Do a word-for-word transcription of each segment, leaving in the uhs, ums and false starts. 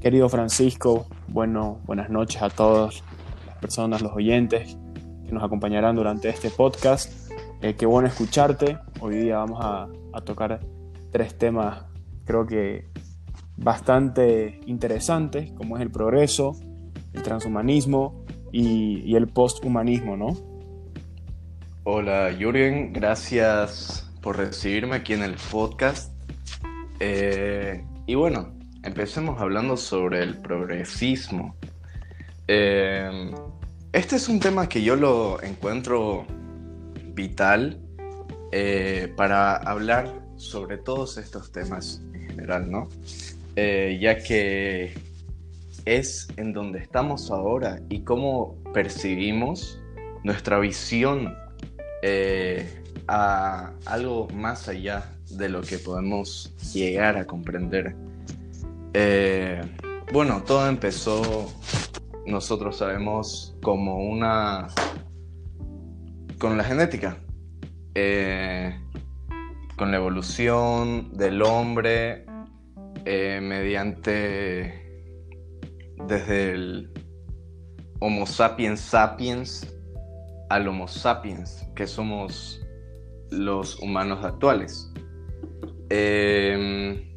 Querido Francisco, bueno, buenas noches a todas las personas, los oyentes que nos acompañarán durante este podcast. Eh, qué bueno escucharte. Hoy día vamos a, a tocar tres temas, creo que bastante interesantes, como es el progreso, el transhumanismo y, y el posthumanismo, ¿no? Hola Jürgen, gracias por recibirme aquí en el podcast. Eh, y bueno, empecemos hablando sobre el progresismo. Eh, este es un tema que yo lo encuentro vital eh, para hablar sobre todos estos temas en general, ¿no? Eh, ya que es en donde estamos ahora y cómo percibimos nuestra visión eh, a algo más allá de lo que podemos llegar a comprender. Eh, bueno, todo empezó, nosotros sabemos, como una... con la genética, eh, con la evolución del hombre, eh, mediante, desde el Homo sapiens sapiens al Homo sapiens, que somos los humanos actuales. Eh...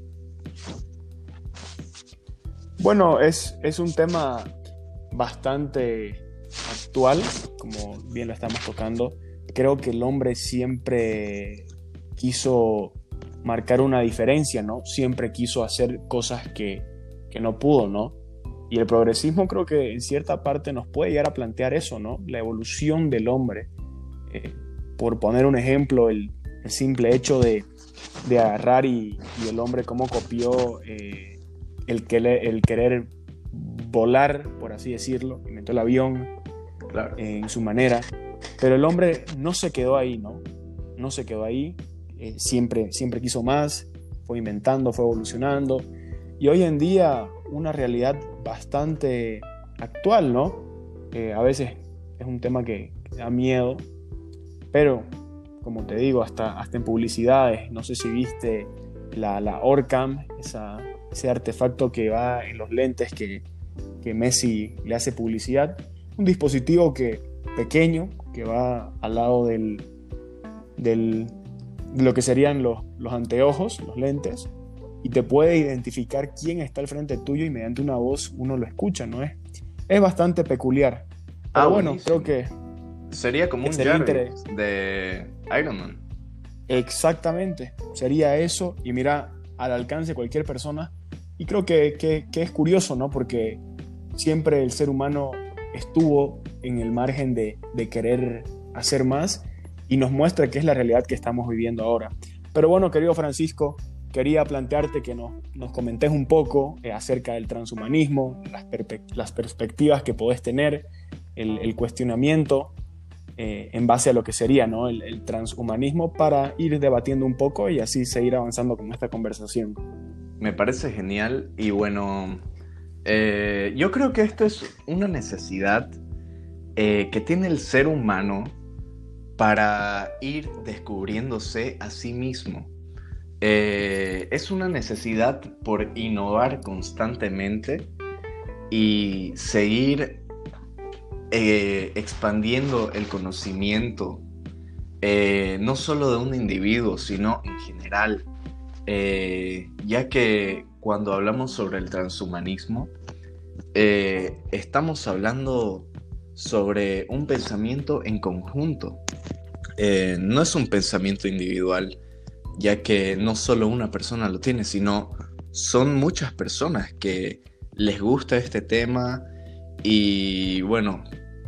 Bueno, es, es un tema bastante actual, como bien lo estamos tocando. Creo que el hombre siempre quiso marcar una diferencia, ¿no? Siempre quiso hacer cosas que, que no pudo, ¿no? Y el progresismo creo que en cierta parte nos puede llegar a plantear eso, ¿no? La evolución del hombre. Eh, por poner un ejemplo, el, el simple hecho de, de agarrar y, y el hombre cómo copió eh, el, que le, el querer volar, por así decirlo, inventó el avión Claro. eh, en su manera, pero el hombre no se quedó ahí, ¿no? No se quedó ahí, eh, siempre, siempre quiso más, fue inventando, fue evolucionando, y hoy en día una realidad bastante actual, ¿no? Eh, a veces es un tema que, que da miedo, pero como te digo, hasta, hasta en publicidades, no sé si viste la, la Orcam, esa, ese artefacto que va en los lentes que, que Messi le hace publicidad, un dispositivo que, pequeño que va al lado del, del, de lo que serían los, los anteojos, los lentes, y te puede identificar quién está al frente tuyo y mediante una voz uno lo escucha, ¿no? Es, es bastante peculiar, Ah, pero bueno, creo buenísimo. que, Sería como que un sería Jarvis interesante. de Iron Man. Exactamente, sería eso y mira, al alcance de cualquier persona. Y creo que, que, que es curioso, ¿no? Porque siempre el ser humano estuvo en el margen de, de querer hacer más y nos muestra que es la realidad que estamos viviendo ahora. Pero bueno, querido Francisco, quería plantearte que nos, nos comentes un poco eh, acerca del transhumanismo, las, perpe- las perspectivas que podés tener, el, el cuestionamiento eh, en base a lo que sería, ¿no? el, el transhumanismo para ir debatiendo un poco y así seguir avanzando con esta conversación. Me parece genial y bueno, eh, yo creo que esto es una necesidad eh, que tiene el ser humano para ir descubriéndose a sí mismo. Eh, es una necesidad por innovar constantemente y seguir eh, expandiendo el conocimiento, eh, no solo de un individuo, sino en general, eh, ya que cuando hablamos sobre el transhumanismo, eh, estamos hablando sobre un pensamiento en conjunto. Eh, no es un pensamiento individual, ya que no solo una persona lo tiene, sino son muchas personas que les gusta este tema y bueno,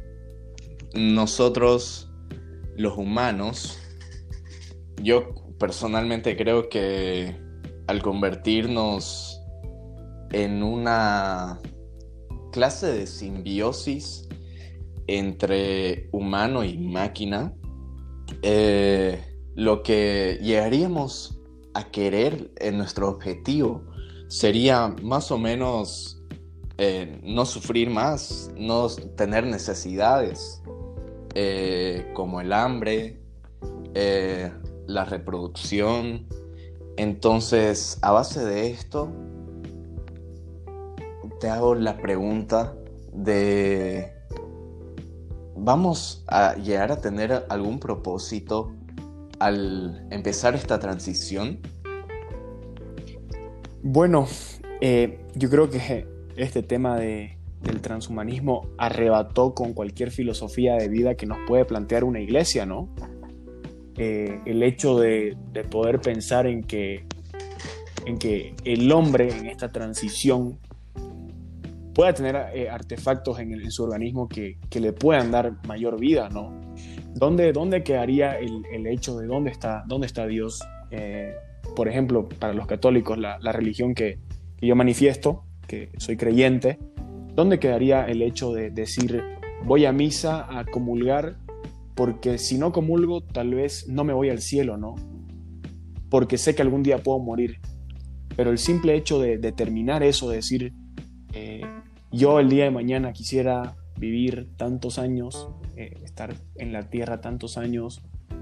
nosotros los humanos, yo personalmente creo que al convertirnos en una clase de simbiosis entre humano y máquina, eh, lo que llegaríamos a querer en nuestro objetivo sería más o menos eh, no sufrir más, no tener necesidades eh, como el hambre, eh, la reproducción. Entonces, a base de esto, te hago la pregunta de, ¿vamos a llegar a tener algún propósito al empezar esta transición? Bueno, eh, yo creo que este tema de, del transhumanismo arrebató con cualquier filosofía de vida que nos puede plantear una iglesia, ¿no? Eh, el hecho de, de poder pensar en que, en que el hombre en esta transición pueda tener eh, artefactos en, el, en su organismo que, que le puedan dar mayor vida, ¿no? ¿Dónde, dónde quedaría el, el hecho de dónde está, dónde está Dios? Eh, por ejemplo, para los católicos, la, la religión que, que yo manifiesto, que soy creyente, ¿dónde quedaría el hecho de decir voy a misa a comulgar porque si no comulgo tal vez no me voy al cielo, ¿no? Porque sé que algún día puedo morir. Pero el simple hecho de determinar eso, de decir eh, yo el día de mañana quisiera vivir tantos años, eh, estar en la tierra tantos años,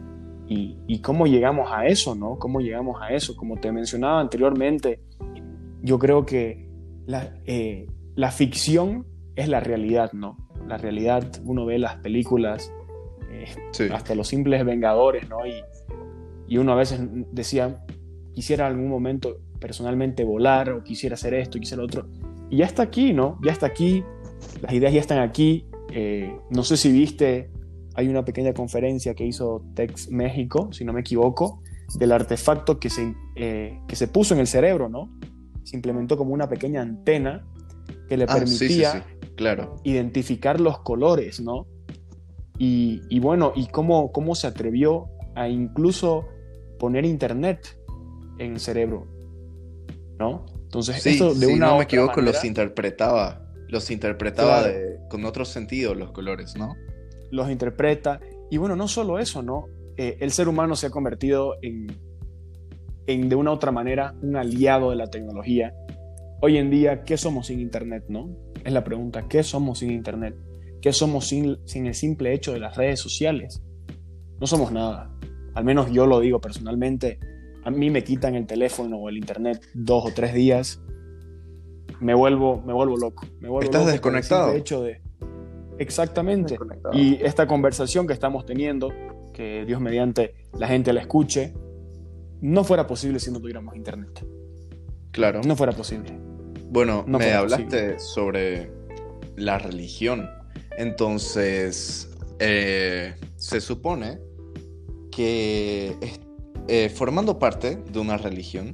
y, y cómo llegamos a eso, ¿no? ¿Cómo llegamos a eso? Como te mencionaba anteriormente, yo creo que la, eh, la ficción es la realidad, ¿no? La realidad, uno ve las películas, eh, sí. hasta los simples Vengadores, ¿no? Y, y uno a veces decía, quisiera algún momento personalmente volar, o quisiera hacer esto, quisiera otro, y ya está aquí, ¿no? Ya está aquí, las ideas ya están aquí. Eh, no sé si viste, hay una pequeña conferencia que hizo Tex México, si no me equivoco, del artefacto que se, eh, que se puso en el cerebro, ¿no? Se implementó como una pequeña antena que le ah, permitía sí, sí, sí. Claro. identificar los colores, ¿no? Y, y bueno, y cómo, cómo se atrevió a incluso poner internet en el cerebro, ¿no? Entonces, sí, esto de si una no u me otra equivoco, manera, los interpretaba. Los interpretaba claro, de, con otro sentido los colores, ¿no? los interpreta. Y bueno, no solo eso, ¿no? Eh, el ser humano se ha convertido en, en, de una u otra manera, un aliado de la tecnología. Hoy en día, ¿qué somos sin internet, no? Es la pregunta, ¿qué somos sin internet? ¿Qué somos sin, sin el simple hecho de las redes sociales? No somos nada. Al menos yo lo digo personalmente. A mí me quitan el teléfono o el internet dos o tres días, me vuelvo, me vuelvo loco. Me vuelvo ¿Estás loco desconectado? Por el simple hecho de... Exactamente. Y esta conversación que estamos teniendo, que Dios mediante la gente la escuche, no fuera posible si no tuviéramos internet. Claro. No fuera posible. Bueno, no me hablaste posible. sobre la religión. Entonces, eh, se supone que eh, formando parte de una religión,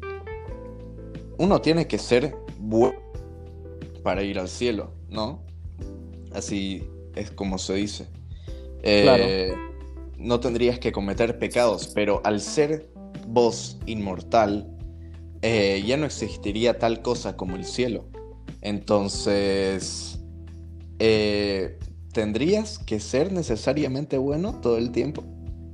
uno tiene que ser bueno para ir al cielo, ¿no? Así es como se dice. Eh, Claro. No tendrías que cometer pecados, pero al ser vos inmortal, eh, ya no existiría tal cosa como el cielo. Entonces, eh, ¿tendrías que ser necesariamente bueno todo el tiempo?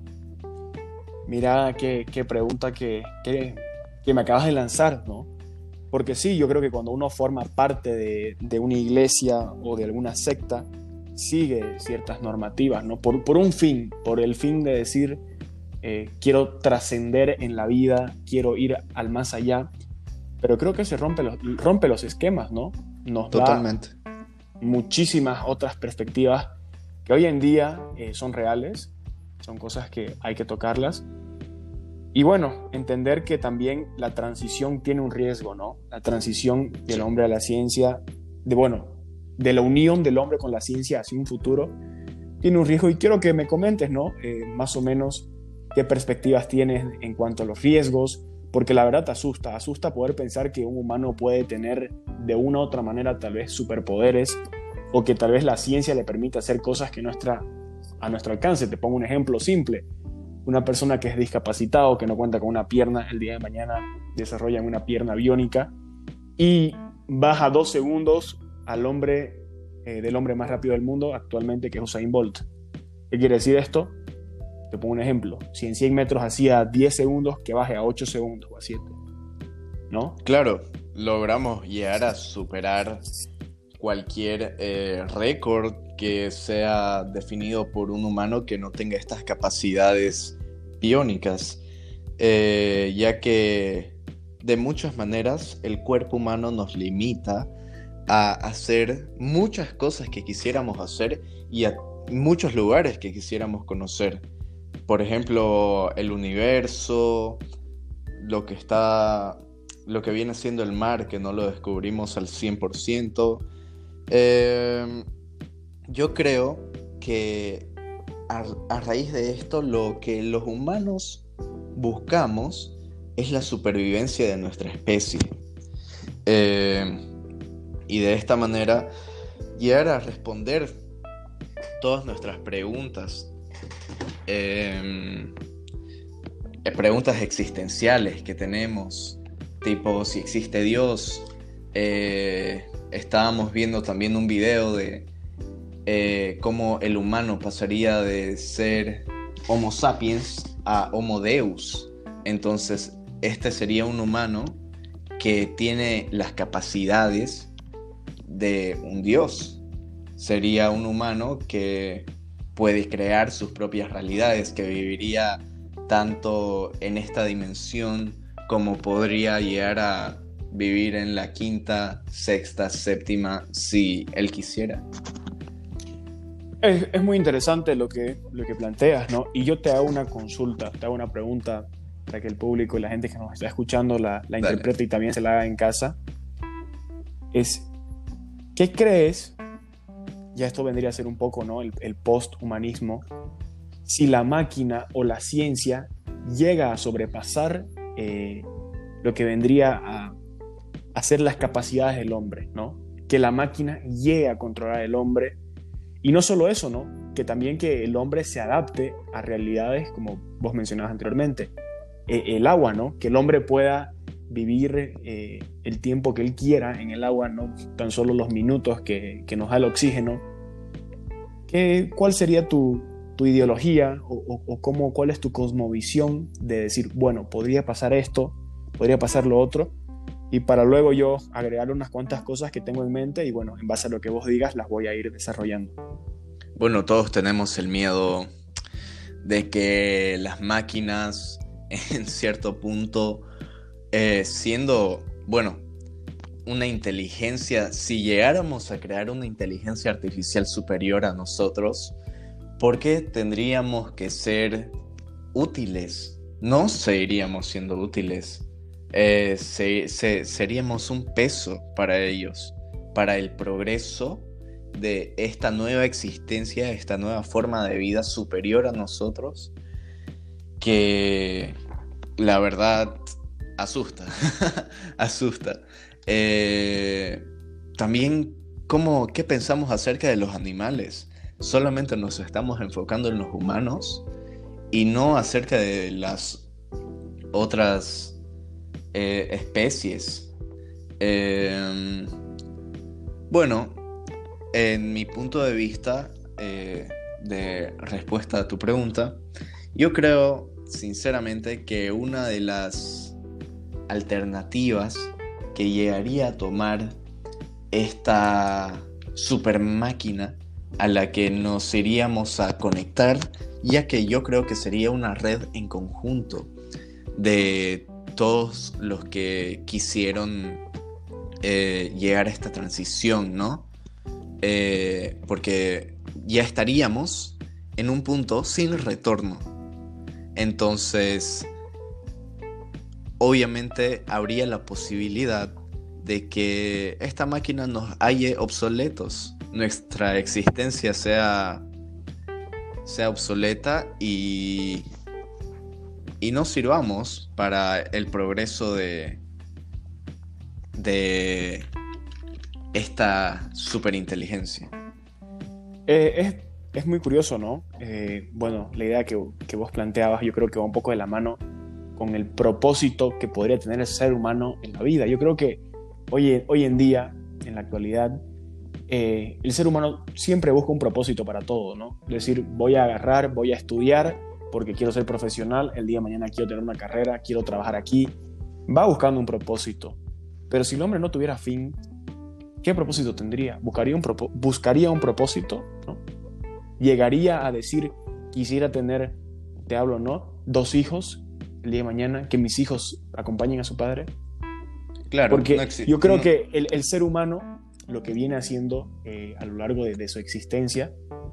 Mira qué, qué pregunta que, que, que me acabas de lanzar, ¿no? Porque sí, yo creo que cuando uno forma parte de, de una iglesia o de alguna secta, sigue ciertas normativas, ¿no? Por, por un fin, por el fin de decir, eh, quiero trascender en la vida, quiero ir al más allá, pero creo que se rompe los, rompe los esquemas, ¿no? Nos Totalmente. da muchísimas otras perspectivas que hoy en día eh, son reales, son cosas que hay que tocarlas. Y bueno, entender que también la transición tiene un riesgo, ¿no? La transición del Sí. hombre a la ciencia, de bueno, de la unión del hombre con la ciencia hacia un futuro, tiene un riesgo. Y quiero que me comentes, ¿no? Eh, más o menos qué perspectivas tienes en cuanto a los riesgos, porque la verdad te asusta, asusta poder pensar que un humano puede tener de una u otra manera tal vez superpoderes, o que tal vez la ciencia le permita hacer cosas que no está a nuestro alcance. Te pongo un ejemplo simple. Una persona que es discapacitada o que no cuenta con una pierna, el día de mañana desarrollan una pierna biónica y baja dos segundos al hombre, eh, del hombre más rápido del mundo actualmente, que es Usain Bolt. ¿Qué quiere decir esto? Te pongo un ejemplo. Si en cien metros hacía diez segundos, que baje a ocho segundos o a siete, ¿no? Claro, logramos llegar a superar cualquier eh, récord que sea definido por un humano que no tenga estas capacidades biónicas, eh, ya que de muchas maneras el cuerpo humano nos limita a hacer muchas cosas que quisiéramos hacer y a muchos lugares que quisiéramos conocer. Por ejemplo, el universo, lo que está, lo que viene siendo el mar, que no lo descubrimos al cien por ciento. Eh, yo creo que a, a raíz de esto, lo que los humanos buscamos es la supervivencia de nuestra especie. Eh, y de esta manera llegar a responder todas nuestras preguntas, eh, preguntas existenciales que tenemos, tipo si existe Dios. Eh, estábamos viendo también un video de eh, cómo el humano pasaría de ser Homo sapiens a Homo Deus. Entonces, este sería un humano que tiene las capacidades de un dios. Sería un humano que puede crear sus propias realidades, que viviría tanto en esta dimensión como podría llegar a vivir en la quinta, sexta, séptima, si él quisiera. Es, es muy interesante lo que, lo que planteas, ¿no? Y yo te hago una consulta, te hago una pregunta para que el público y la gente que nos está escuchando la, la interprete y también se la haga en casa. Es, ¿qué crees? Ya esto vendría a ser un poco, ¿no? El, el post-humanismo. Si la máquina o la ciencia llega a sobrepasar eh, lo que vendría a, a ser las capacidades del hombre, ¿no? Que la máquina llegue a controlar al hombre. Y no solo eso, ¿no? Que también que el hombre se adapte a realidades como vos mencionabas anteriormente. Eh, el agua, ¿no? Que el hombre pueda vivir eh, el tiempo que él quiera en el agua, no tan solo los minutos que, que nos da el oxígeno. ¿Qué, ¿Cuál sería tu, tu ideología o, o, o cómo, cuál es tu cosmovisión de decir, bueno, podría pasar esto, podría pasar lo otro? Y para luego yo agregar unas cuantas cosas que tengo en mente y bueno, en base a lo que vos digas las voy a ir desarrollando. Bueno, todos tenemos el miedo de que las máquinas en cierto punto, eh, siendo, bueno, una inteligencia, si llegáramos a crear una inteligencia artificial superior a nosotros, ¿por qué tendríamos que ser útiles? No seguiríamos siendo útiles. Eh, se, se, seríamos un peso para ellos, para el progreso de esta nueva existencia, esta nueva forma de vida superior a nosotros, que la verdad asusta, asusta. Eh, también, ¿cómo, ¿qué pensamos acerca de los animales? Solamente nos estamos enfocando en los humanos y no acerca de las otras Eh, especies. Eh, bueno, en mi punto de vista eh, de respuesta a tu pregunta, yo creo sinceramente que una de las alternativas que llegaría a tomar esta super máquina a la que nos iríamos a conectar, ya que yo creo que sería una red en conjunto de todos los que quisieron eh, llegar a esta transición, ¿no? Eh, porque ya estaríamos en un punto sin retorno. Entonces, obviamente habría la posibilidad de que esta máquina nos halle obsoletos, nuestra existencia sea, sea obsoleta y... y no sirvamos para el progreso de, de esta superinteligencia. Eh, es, es muy curioso, ¿no? Eh, bueno, la idea que, que vos planteabas yo creo que va un poco de la mano con el propósito que podría tener el ser humano en la vida. Yo creo que hoy, hoy en día, en la actualidad, eh, el ser humano siempre busca un propósito para todo, ¿no? Es decir, voy a agarrar, voy a estudiar porque quiero ser profesional, el día de mañana quiero tener una carrera, quiero trabajar aquí. Va buscando un propósito. Pero si el hombre no tuviera fin, ¿qué propósito tendría? ¿Buscaría un, propo- buscaría un propósito? ¿No? ¿Llegaría a decir, quisiera tener, te hablo, ¿no? Dos hijos el día de mañana, que mis hijos acompañen a su padre? Claro, Porque no exi- yo creo no. que el, el ser humano lo que viene haciendo eh, a lo largo de, de su existencia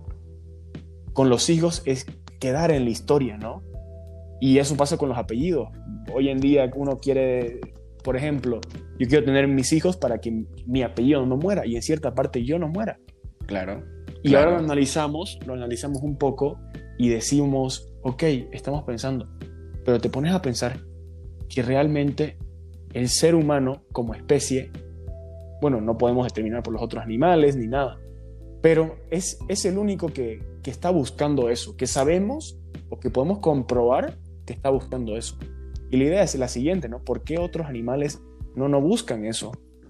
con los hijos es quedar en la historia, ¿no? Y eso pasa con los apellidos. Hoy en día uno quiere, por ejemplo, yo quiero tener mis hijos para que mi apellido no muera y en cierta parte yo no muera. Claro. Y claro. ahora lo analizamos, lo analizamos un poco y decimos, ok, estamos pensando, pero te pones a pensar que realmente el ser humano como especie, bueno, no podemos determinar por los otros animales ni nada, pero es, es el único que, que está buscando eso, que sabemos o que podemos comprobar que está buscando eso. Y la idea es la siguiente, ¿no? ¿Por qué otros animales no, no buscan eso?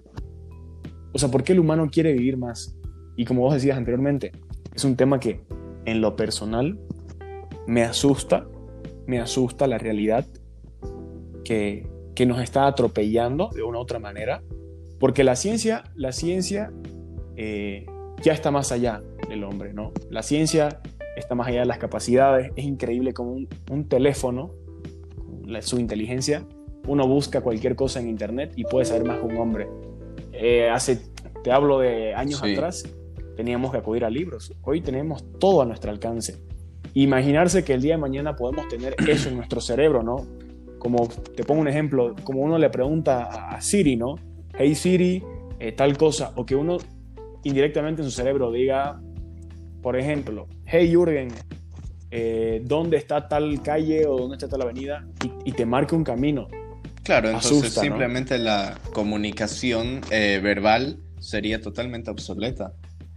O sea, ¿por qué el humano quiere vivir más? Y como vos decías anteriormente, es un tema que en lo personal me asusta, me asusta la realidad que, que nos está atropellando de una u otra manera, porque la ciencia, la ciencia eh, ya está más allá del hombre, ¿no? La ciencia está más allá de las capacidades. Es increíble como un, un teléfono, la, su inteligencia, uno busca cualquier cosa en internet y puede saber más que un hombre. Eh, hace, te hablo de años sí. atrás, teníamos que acudir a libros. Hoy tenemos todo a nuestro alcance. Imaginarse que el día de mañana podemos tener eso en nuestro cerebro, ¿no? Como te pongo un ejemplo, como uno le pregunta a Siri, ¿no? Hey Siri, eh, tal cosa, o que uno indirectamente en su cerebro diga, por ejemplo, hey Jürgen, eh, ¿dónde está tal calle o dónde está tal avenida? Y, y te marque un camino. Claro, entonces Asusta, simplemente ¿no? La comunicación eh, verbal sería totalmente obsoleta.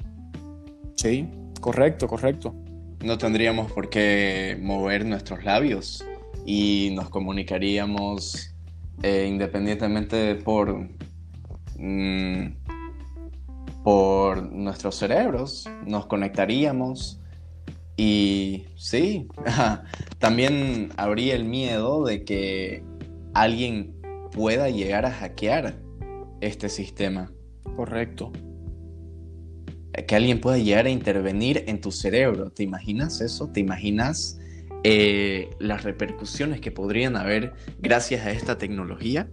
Sí, correcto, correcto. No tendríamos por qué mover nuestros labios y nos comunicaríamos eh, independientemente por, mmm, por nuestros cerebros, nos conectaríamos y sí, también habría el miedo de que alguien pueda llegar a hackear este sistema. Correcto. Que alguien pueda llegar a intervenir en tu cerebro. ¿Te imaginas eso? ¿Te imaginas eh, las repercusiones que podrían haber gracias a esta tecnología?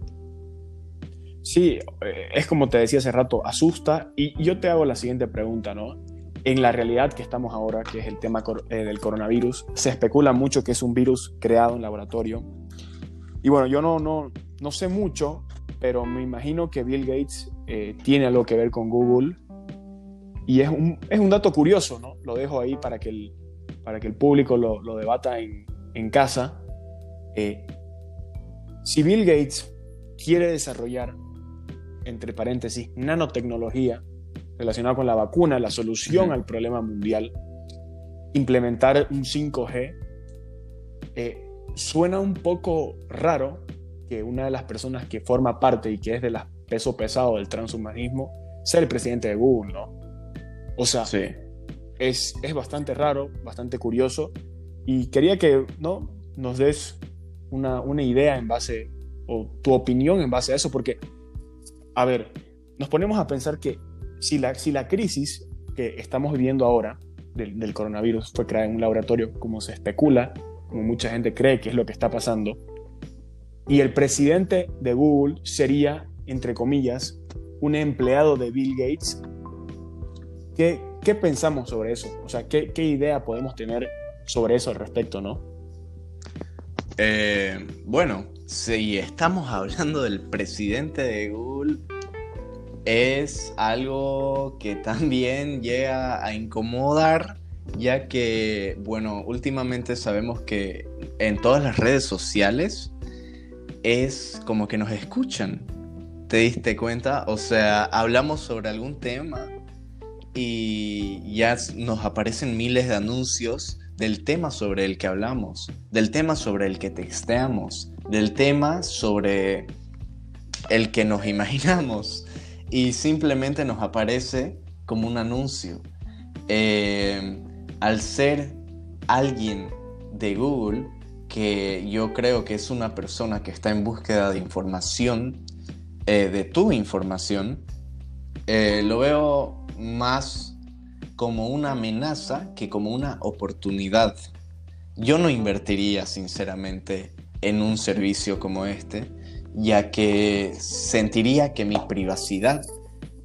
Sí, es como te decía hace rato, asusta. Y yo te hago la siguiente pregunta, ¿no? En la realidad que estamos ahora, que es el tema eh, del coronavirus, se especula mucho que es un virus creado en laboratorio. Y bueno, yo no, no, no sé mucho, pero me imagino que Bill Gates eh, tiene algo que ver con Google. Y es un, es un dato curioso, ¿no? Lo dejo ahí para que el, para que el público lo, lo debata en, en casa. Eh, si Bill Gates quiere desarrollar, entre paréntesis, nanotecnología relacionada con la vacuna, la solución uh-huh. al problema mundial, implementar un cinco G, eh, suena un poco raro que una de las personas que forma parte y que es de las peso pesado del transhumanismo sea el presidente de Google, ¿no? O sea, sí. es, es bastante raro, bastante curioso, y quería que ¿no? nos des una, una idea en base, o tu opinión en base a eso, porque, a ver, nos ponemos a pensar que si la, si la crisis que estamos viviendo ahora del, del coronavirus fue creada en un laboratorio, como se especula, como mucha gente cree que es lo que está pasando, y el presidente de Google sería, entre comillas, un empleado de Bill Gates, ¿Qué, ¿Qué pensamos sobre eso? O sea, ¿qué, qué idea podemos tener sobre eso al respecto, no? Eh, bueno, si estamos hablando del presidente de Google, es algo que también llega a incomodar, ya que, bueno, últimamente sabemos que en todas las redes sociales es como que nos escuchan. ¿Te diste cuenta? O sea, hablamos sobre algún tema y ya nos aparecen miles de anuncios del tema sobre el que hablamos, del tema sobre el que texteamos, del tema sobre el que nos imaginamos, y simplemente nos aparece como un anuncio. Eh, al ser alguien de Google, que yo creo que es una persona que está en búsqueda de información, eh, de tu información, eh, lo veo más como una amenaza que como una oportunidad. Yo no invertiría sinceramente en un servicio como este, ya que sentiría que mi privacidad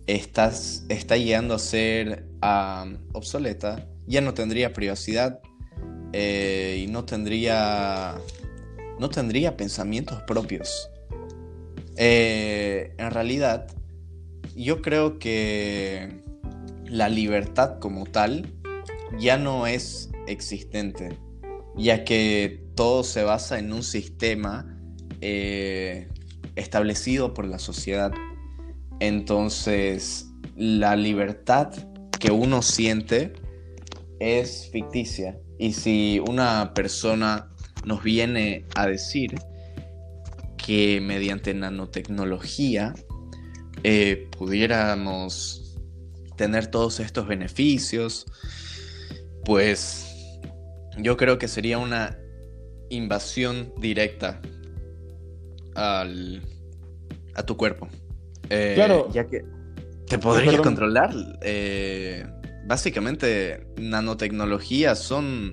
estás, está llegando a ser um, obsoleta, ya no tendría privacidad eh, y no tendría, no tendría pensamientos propios. Eh, en realidad, yo creo que la libertad como tal ya no es existente, ya que todo se basa en un sistema eh, establecido por la sociedad. Entonces, la libertad que uno siente es ficticia. Y si una persona nos viene a decir que mediante nanotecnología eh, pudiéramos tener todos estos beneficios, pues yo creo que sería una invasión directa al, a tu cuerpo. Eh, Claro, ya que te podría perdón. controlar. Eh, básicamente, nanotecnología son,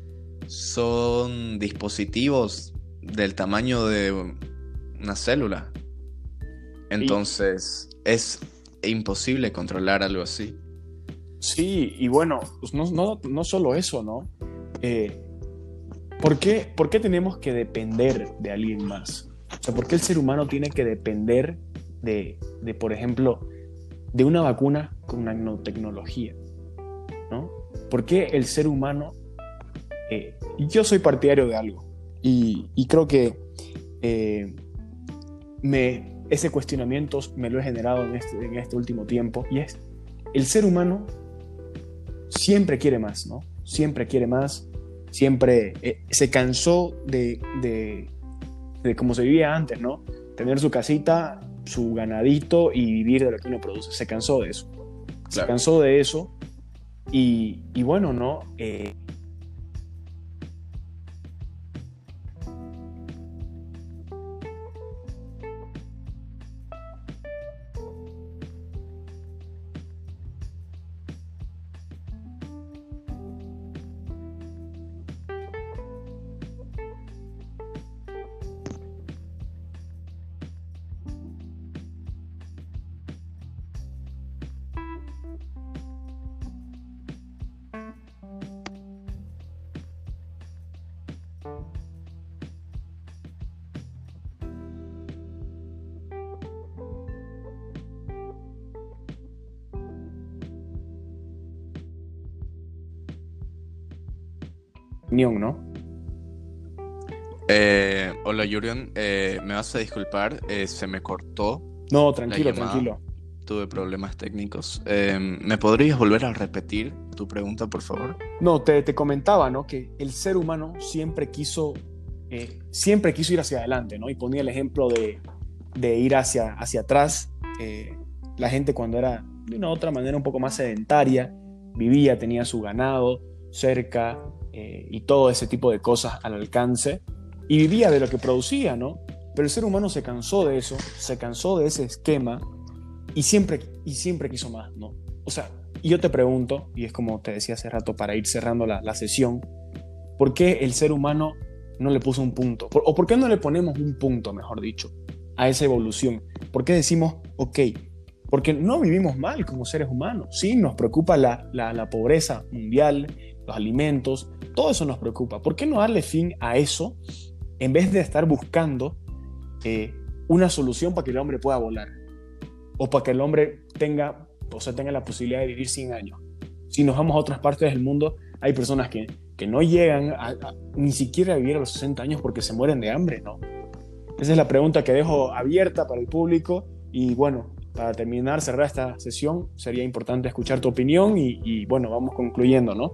son dispositivos del tamaño de una célula. Y Entonces, es imposible controlar algo así. sí, y bueno, pues no, no, no solo eso, ¿no? Eh, ¿por qué, por qué tenemos que depender de alguien más? O sea, ¿por qué el ser humano tiene que depender de, de, por ejemplo, de una vacuna con nanotecnología, ¿no? ¿Por qué el ser humano... Eh, yo soy partidario de algo y, y creo que eh, me, ese cuestionamiento me lo he generado en este, en este último tiempo, y es, el ser humano siempre quiere más, ¿no? Siempre quiere más, siempre eh, se cansó de, de, de cómo se vivía antes, ¿no? Tener su casita, su ganadito y vivir de lo que uno produce. Se cansó de eso. Se Claro. cansó de eso y, y bueno, ¿no? Eh, opinión, ¿no? Eh, hola, Yurion. Eh, me vas a disculpar, eh, se me cortó No, la tranquilo, llamada. tranquilo. Tuve problemas técnicos. Eh, ¿me podrías volver a repetir tu pregunta, por favor? No, te, te comentaba, ¿no? Que el ser humano siempre quiso, eh, siempre quiso ir hacia adelante, ¿no? Y ponía el ejemplo de, de ir hacia, hacia atrás. Eh, la gente cuando era de una u otra manera un poco más sedentaria, vivía, tenía su ganado cerca eh, y todo ese tipo de cosas al alcance, y vivía de lo que producía, ¿no? Pero el ser humano se cansó de eso, se cansó de ese esquema y siempre, y siempre quiso más, ¿no? O sea, y yo te pregunto, y es como te decía hace rato para ir cerrando la, la sesión, ¿por qué el ser humano no le puso un punto? Por, ¿O por qué no le ponemos un punto, mejor dicho, a esa evolución? ¿Por qué decimos, ok, porque no vivimos mal como seres humanos? Sí, nos preocupa la, la, la pobreza mundial, los alimentos, todo eso nos preocupa. ¿Por qué no darle fin a eso en vez de estar buscando eh, una solución para que el hombre pueda volar? O para que el hombre tenga, o sea, tenga la posibilidad de vivir cien años. Si nos vamos a otras partes del mundo, hay personas que, que no llegan a, a, ni siquiera a vivir a los sesenta años porque se mueren de hambre, ¿no? Esa es la pregunta que dejo abierta para el público. Y bueno, para terminar, cerrar esta sesión, sería importante escuchar tu opinión y, y bueno, vamos concluyendo, ¿no?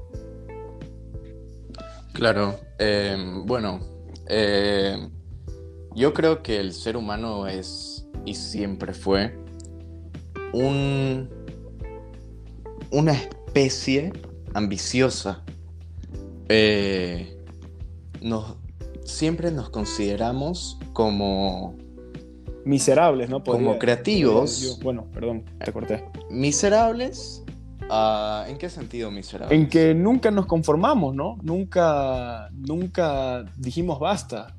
Claro. Eh, bueno, eh, yo creo que el ser humano es y siempre fue un, una especie ambiciosa. Eh, nos, siempre nos consideramos como, Miserables, ¿no? Podría, como creativos. podría yo, bueno, perdón, te corté. ¿Miserables? Uh, ¿en qué sentido miserables? En que nunca nos conformamos, ¿no? Nunca, nunca dijimos basta.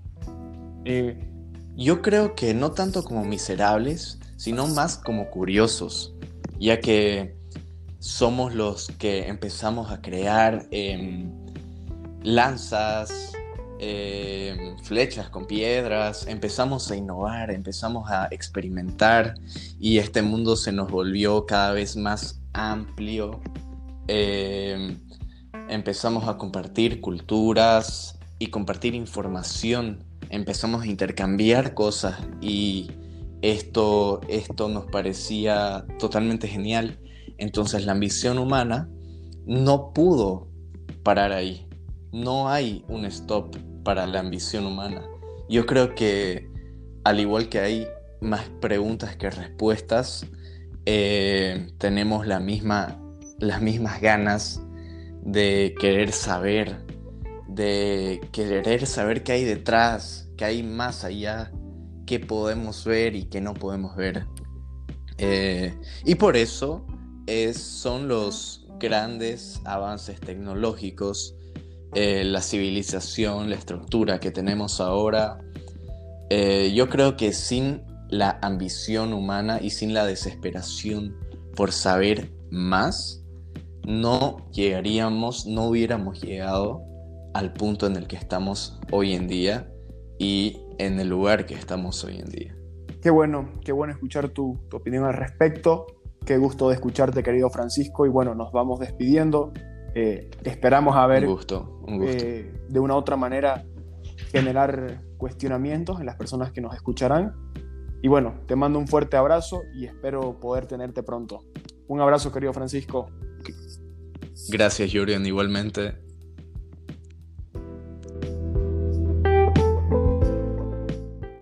Eh, Yo creo que no tanto como miserables, sino más como curiosos. ya que somos los que empezamos a crear eh, lanzas, eh, flechas con piedras, empezamos a innovar, empezamos a experimentar y este mundo se nos volvió cada vez más amplio. Eh, empezamos a compartir culturas y compartir información, empezamos a intercambiar cosas y esto, esto nos parecía totalmente genial. Entonces la ambición humana no pudo parar ahí. No hay un stop para la ambición humana. Yo creo que al igual que hay más preguntas que respuestas, eh, tenemos la misma, las mismas ganas de querer saber, de querer saber qué hay detrás, qué hay más allá, qué podemos ver y qué no podemos ver. Eh, y por eso es, son los grandes avances tecnológicos, eh, la civilización, la estructura que tenemos ahora. Eh, yo creo que sin la ambición humana y sin la desesperación por saber más, no llegaríamos, no hubiéramos llegado al punto en el que estamos hoy en día y en el lugar que estamos hoy en día. Qué bueno, qué bueno escuchar tu, tu opinión al respecto. Qué gusto de escucharte, querido Francisco. Y bueno, nos vamos despidiendo. Eh, esperamos a ver un gusto, un gusto. Eh, de una u otra manera generar cuestionamientos en las personas que nos escucharán. Y bueno, te mando un fuerte abrazo y espero poder tenerte pronto. Un abrazo, querido Francisco. Gracias, Jurian, igualmente.